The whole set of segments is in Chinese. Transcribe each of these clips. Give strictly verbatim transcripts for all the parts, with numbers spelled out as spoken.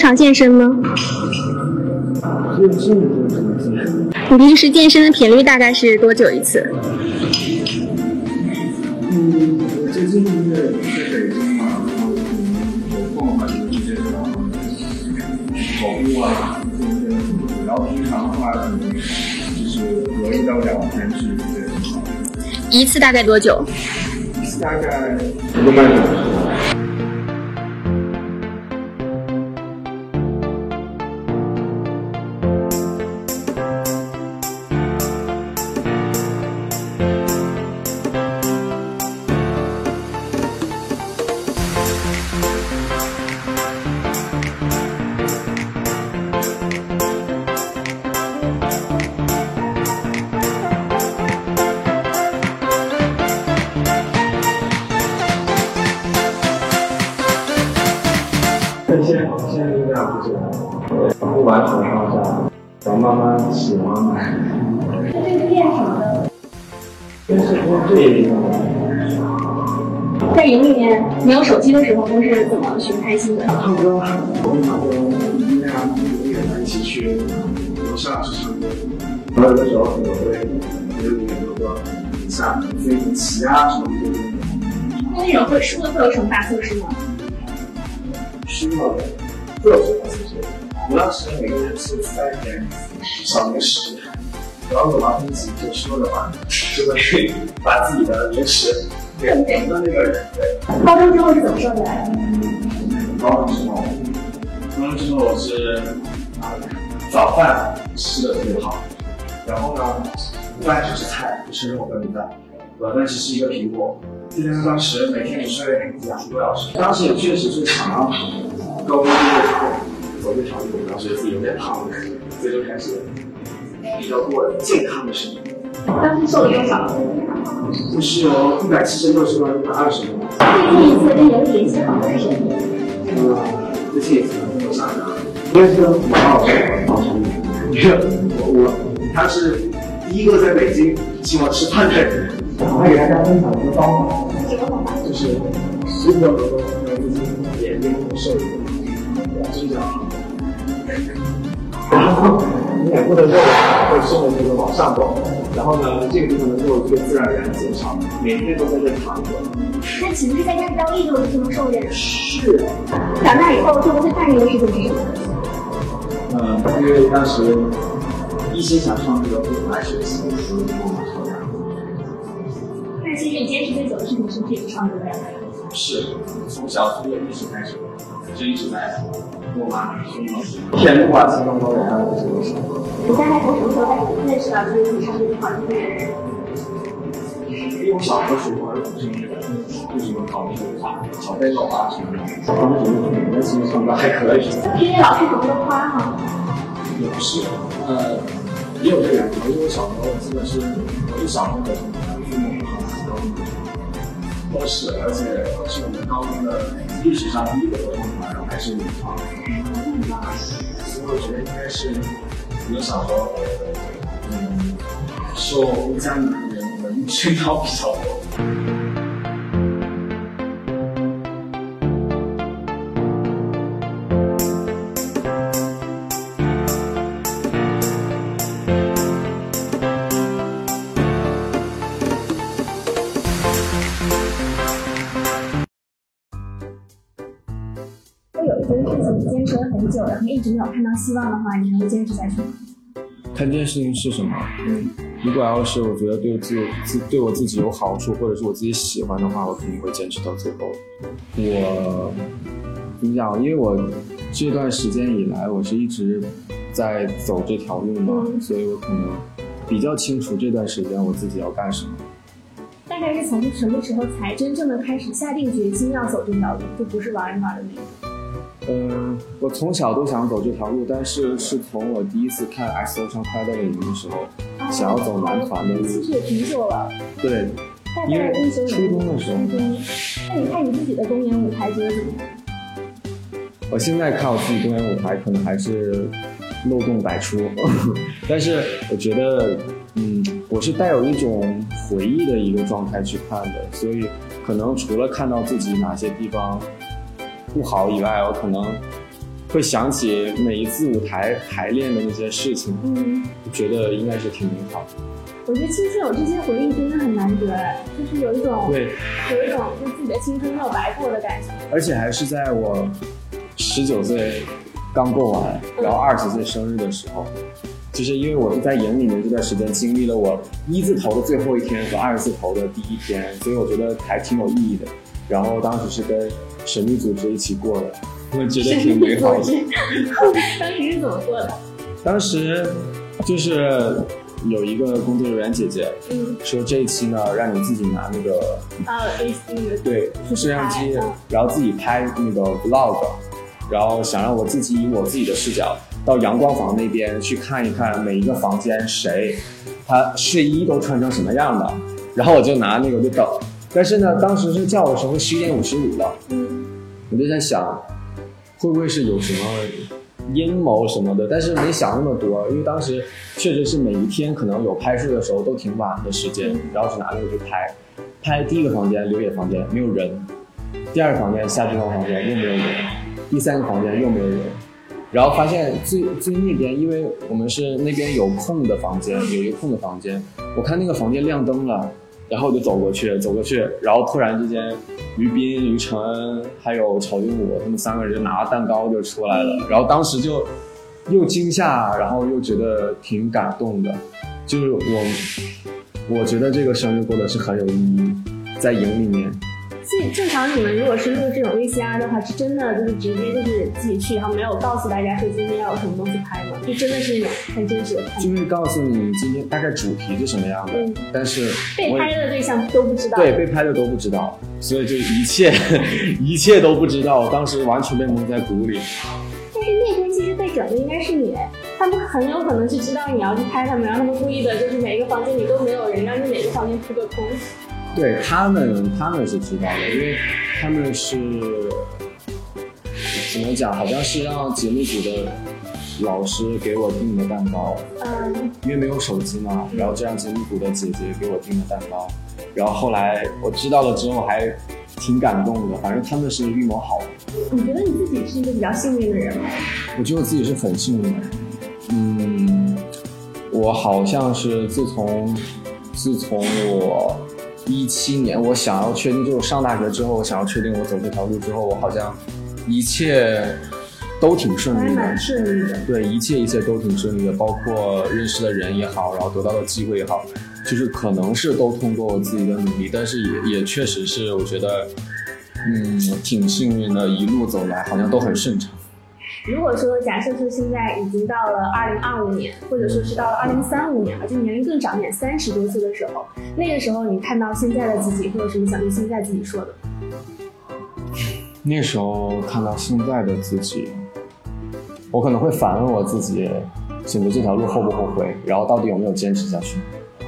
常健身吗？ 健身的怎么健身？ 你平时健身的频率大概是多久一次？ 嗯，我最近因为在北京嘛，然后有空的话就去健身房跑步啊，然后平常的话可能就是隔一到两天去健身房。 一次大概多久？ 一次大概一个半小时。现在现在这样不是，不完全放下，然后慢慢喜欢嘛。 那这个练什么的？ 但是这这也挺好。 在营里面没有手机的时候，都是怎么寻开心的？ 唱歌，我跟马哥一样，永远在一起去楼下去唱歌。然后有的时候可能会觉得里面有个下飞行棋啊什么的。 那种会输的会有什么大测试吗？ 输了，会有什么其实？我当时每个人是三点小零食，然后我把分级就输了的话，就会把自己的零食给赢的那个人。对。 高中之后是怎么瘦下来的？ 高中之后，高中之后我是啊早饭吃的特别好，然后呢，午饭只吃菜，不吃肉跟米饭，晚饭只吃一个苹果。就像当时每天你睡两个多小时，当时也确实是想要高中毕业之后走这条路，当时自己有点胖，所以就开始比较过健康的生活。 当时瘦了多少？ 就是有一百七十六瘦到一百二十多。 最近一次跟人联系好的是谁？ 嗯，最近一次我想想，应该是马老师，马老师，因为我我他是第一个在北京请我吃饭的人。我还给大家分享一个方法， 什么方法？ 就是十秒钟让自己眼睛瘦一点，真的。然后你脸部的肉会顺着这个往上走，然后呢，这个地方的肉就会自然而然减少，每天都在这躺着。 那岂不是在家里倒立就就能瘦点？ 是。 长大以后做过最叛逆的事情是什么？ 嗯，因为当时一心想上这个舞台学习，所以就马上来。 但其实你坚持最久的事情是这个唱歌呀。 是，从小从有意识开始，就一直在跟我妈说天不管青东东人啊这些东西。 你大概从什么时候开始认识到自己上这个考试的？ 因为我小的时候就是那个，就是有考那个话，小飞狗啊什么的。当时那其实唱歌还可以。 因为老师什么都夸哈。 也不是，呃，也有这两条。因为我小时候记得是，我一小学的时候，父母高中都是，而且是我们高中的历史上第一个合唱团，然后还是女唱。所以我觉得应该是可能小时候，嗯，受家里人的熏陶比较多。 有一件事情你坚持了很久，然后一直没有看到希望的话，你还会坚持下去吗？ 看这件事情是什么？嗯，如果要是我觉得对自己自对我自己有好处，或者是我自己喜欢的话，我肯定会坚持到最后。我怎么讲？因为我这段时间以来，我是一直在走这条路嘛，嗯、所以我可能比较清楚这段时间我自己要干什么。 大概是从什么时候才真正的开始下定决心要走这条路，就不是玩一玩的那种？ 嗯，我从小都想走这条路，但是是从我第一次看 X O 上快乐的影的时候，啊、想要走男团的路。 其实也挺久了。 对，因为初中的时候。 那你看你自己的公演舞台觉得怎么样？ 我现在看我自己公演舞台，可能还是漏洞百出，但是我觉得，嗯，我是带有一种回忆的一个状态去看的，所以可能除了看到自己哪些地方不好以外，我可能会想起每一次舞台排练的那些事情， 嗯， 觉得应该是挺美好的。 我觉得青春有这些回忆真的很难得，就是有一种对， 有一种就自己的青春没有白过的感觉。 而且还是在我十九岁刚过完，然后二十岁生日的时候，就是因为我是在营里面这段时间经历了我一字头的最后一天和二十字头的第一天，所以我觉得还挺有意义的。然后当时是跟神秘组织一起过的，我觉得挺美好的。 当时是怎么过的？当时就是有一个工作人员姐姐， 嗯， 说这一期呢让你自己拿那个啊 A C 对摄像机，然后自己拍那个 vlog， 然后想让我自己以我自己的视角到阳光房那边去看一看每一个房间谁他睡衣都穿成什么样的，然后我就拿那个就等。但是呢，当时是叫我的时候十一点五十五了， 嗯， 我就在想，会不会是有什么阴谋什么的？但是没想那么多，因为当时确实是每一天可能有拍摄的时候都挺晚的时间，然后是拿那个去拍。拍第一个房间，刘野房间没有人，第二个房间夏志光房间又没有人，第三个房间又没有人。然后发现最最那边，因为我们是那边有空的房间，有一个空的房间，我看那个房间亮灯了。然后我就走过去，走过去，然后突然之间，于斌、于承恩还有曹云武他们三个人就拿着蛋糕就出来了，然后当时就又惊吓，然后又觉得挺感动的，就是我我觉得这个生日过得是很有意义，在营里面。 所以正常你们如果是录这种 V C R 的话，是真的就是直接就是自己去，然后没有告诉大家说今天要有什么东西拍吗？就真的是那种很真实的拍， 就会告诉你今天大概主题是什么样的，嗯、但是被拍的对象都不知道。 对，被拍的都不知道，所以就一切一切都不知道，当时完全被蒙在鼓里。 但是那天其实被整的应该是你，他们很有可能是知道你要去拍他们，然后他们故意的就是每一个房间里都没有人，让你每个房间铺个空。 对他们，他们是知道的，因为他们是怎么讲？好像是让节目组的老师给我订的蛋糕， 嗯， 因为没有手机嘛，然后就让节目组的姐姐给我订的蛋糕，然后后来我知道了之后还挺感动的，反正他们是预谋好的。 你觉得你自己是一个比较幸运的人吗？ 我觉得我自己是很幸运的，嗯，我好像是自从自从我。一七年，我想要确定，就是我上大学之后，我想要确定我走这条路之后，我好像一切都挺顺利的， 蛮顺利的。 对，一切一切都挺顺利的，包括认识的人也好，然后得到的机会也好，就是可能是都通过我自己的努力，但是也也确实是我觉得，嗯，挺幸运的，一路走来好像都很顺畅。 如果说假设说现在已经到了二零二五年，或者说是到了二零三五年了，就年龄更长点，三十多岁的时候，那个时候你看到现在的自己，会有什么想对现在自己说的？ 那时候看到现在的自己，我可能会反问我自己，选择这条路后不后悔，然后到底有没有坚持下去。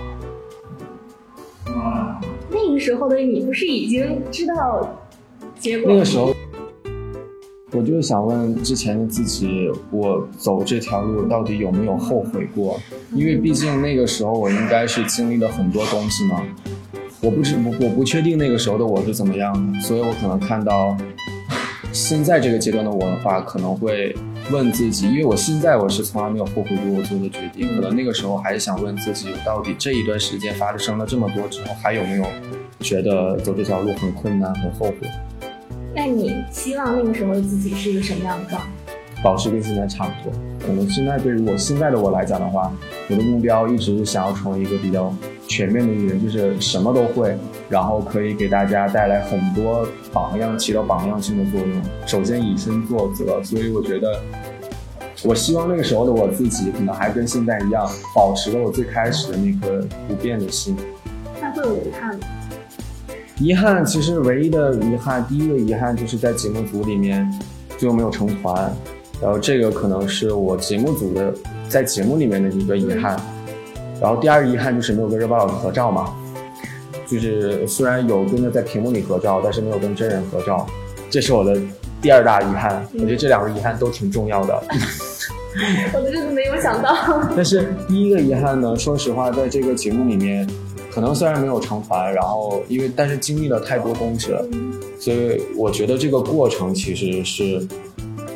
那个时候的你不是已经知道结果？ 那个时候我就是想问之前的自己，我走这条路到底有没有后悔过？因为毕竟那个时候我应该是经历了很多东西嘛，我不知我我不确定那个时候的我是怎么样的，所以我可能看到现在这个阶段的我的话，可能会问自己，因为我现在我是从来没有后悔过我做的决定，可能那个时候还是想问自己，到底这一段时间发生了这么多之后，还有没有觉得走这条路很困难很后悔？ 那你希望那个时候的自己是一个什么样的状态？ 保持跟现在差不多。可能现在对于我现在的我来讲的话，我的目标一直是想要成为一个比较全面的艺人，就是什么都会，然后可以给大家带来很多榜样，起到榜样性的作用。首先以身作则，所以我觉得我希望那个时候的我自己可能还跟现在一样，保持了我最开始的那颗不变的心。 那会有遗憾吗？ 遗憾，其实唯一的遗憾，第一个遗憾就是在节目组里面最后没有成团，然后这个可能是我节目组的在节目里面的一个遗憾。然后第二个遗憾就是没有跟热巴老师合照嘛，就是虽然有跟着在屏幕里合照，但是没有跟真人合照，这是我的第二大遗憾。我觉得这两个遗憾都挺重要的。 我真的没有想到。 但是第一个遗憾呢，说实话，在这个节目里面。可能虽然没有成团，然后因为但是经历了太多东西了，所以我觉得这个过程其实是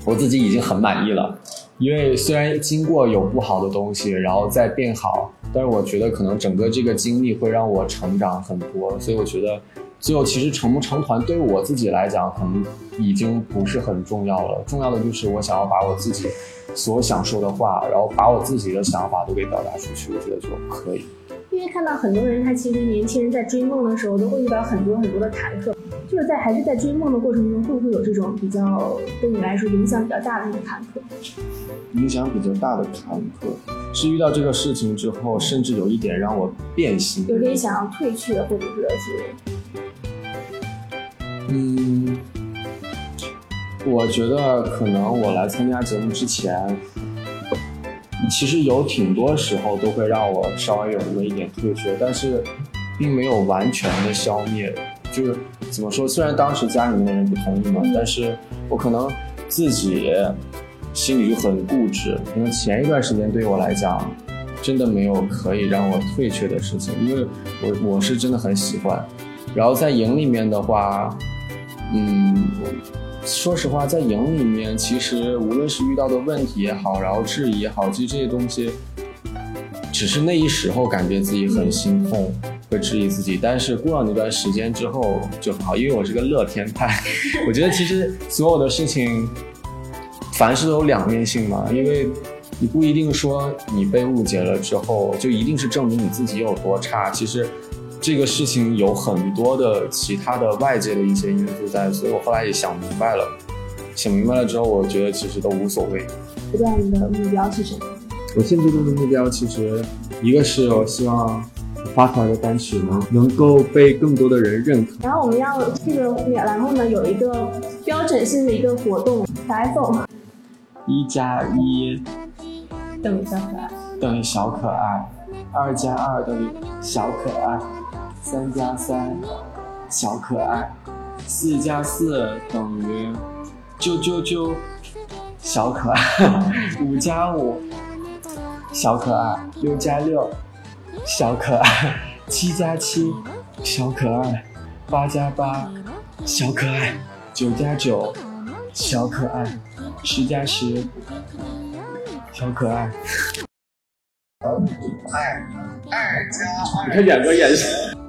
我自己已经很满意了。因为虽然经过有不好的东西，然后再变好，但是我觉得可能整个这个经历会让我成长很多，所以我觉得最后其实成不成团对于我自己来讲可能已经不是很重要了，重要的就是我想要把我自己所想说的话，然后把我自己的想法都给表达出去，我觉得就可以。 因为看到很多人，他其实年轻人在追梦的时候都会遇到很多很多的坎坷，就是在还是在追梦的过程中，会不会有这种比较对你来说影响比较大的那种坎坷？ 影响比较大的坎坷是遇到这个事情之后，甚至有一点让我变心， 有点想要退却，或者说是， 嗯，我觉得可能我来参加节目之前。其实有挺多时候都会让我稍微有那么一点退却，但是并没有完全的消灭。就是怎么说，虽然当时家里面的人不同意嘛，但是我可能自己心里就很固执。因为前一段时间对于我来讲，真的没有可以让我退却的事情，因为我我是真的很喜欢。然后在营里面的话，嗯。说实话，在营里面，其实无论是遇到的问题也好，然后质疑也好，其实这些东西，只是那一时候感觉自己很心痛，会质疑自己。但是过了那段时间之后就好，因为我是个乐天派。我觉得其实所有的事情，凡事都有两面性嘛，因为你不一定说你被误解了之后，就一定是证明你自己有多差。其实。这个事情有很多的其他的外界的一些因素在，所以我后来也想明白了。想明白了之后，我觉得其实都无所谓。 阶段你的目标是什么？ 我现阶段的目标其实一个是我希望发出来的单曲能能够被更多的人认可。 然后我们要这个，然后呢有一个标准性的一个活动，打 iPhone。 一加一等于小可爱。 等于小可爱。二加二等于小可爱。三加三，小可爱；四加四等于啾啾啾，小可爱；五加五，小可爱；六加六，小可爱；七加七，小可爱；八加八，小可爱；九加九，小可爱；十加十，小可爱。二二加二，你看两个眼神。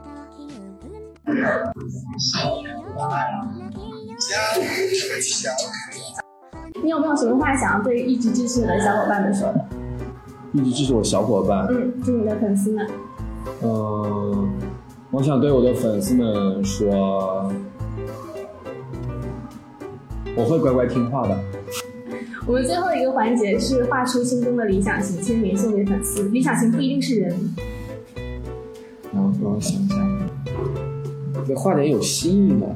你有没有什么话想要对一直支持你的小伙伴们说的？ 一直支持我小伙伴， 嗯，就你的粉丝们。 嗯、呃，我想对我的粉丝们说，我会乖乖听话的。 我们最后一个环节是画出心中的理想型，签名送给粉丝。理想型不一定是人。 然后让我想一下。得画点有新意的。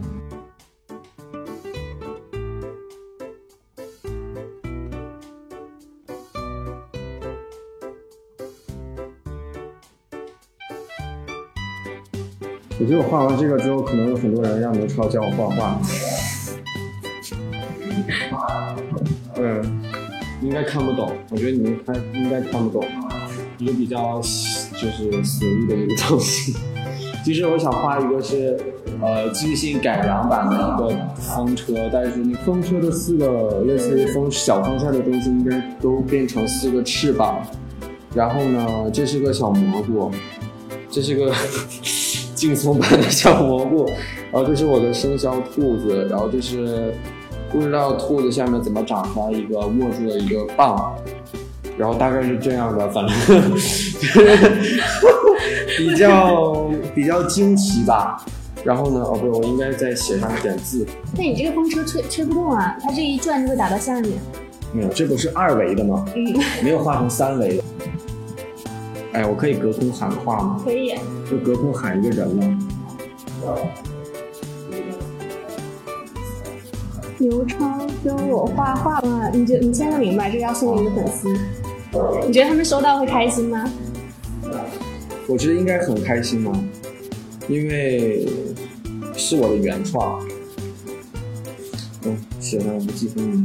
我觉得我画完这个之后，可能有很多人让刘超教我画画。嗯，应该看不懂。我觉得你们看应该看不懂，一个比较就是随意的一个东西。其实我想画一个是呃精心改良版的一个风车，但是那风车的四个类似于风小风扇的东西应该都变成四个翅膀。然后呢，这是个小蘑菇，这是个劲松版的小蘑菇，然后这是我的生肖兔子，然后这是不知道兔子下面怎么长出来一个握住的一个棒，然后大概是这样的，反正比较比较惊奇吧。然后呢，哦不，我应该再写上点字。 那你这个风车吹吹不动啊，它这一转就会打到下面。 没有，这不是二维的吗？嗯，没有画成三维的。哎，我可以隔空喊话吗？ 可以。 就隔空喊一个人了。 刘超教我画画嘛，你觉你现在明白这个要送给你的粉丝，你觉得他们收到会开心吗？ 我觉得应该很开心嘛，因为是我的原创。嗯，写上无记分。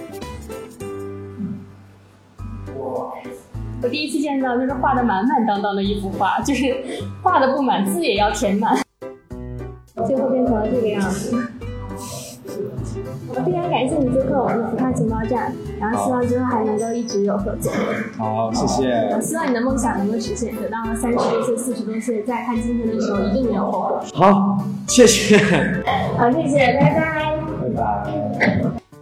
我第一次见到就是画的满满当当的一幅画，就是画的不满，字也要填满，最后变成了这个样子。 我非常感谢你做客我们的浮夸情报站，然后希望之后还能够一直有合作。 好，谢谢。 我希望你的梦想能够实现，等到了三十多岁、四十多岁再看今天的时候，一定没有后悔。 好，谢谢。 好，谢谢，拜拜。 拜拜。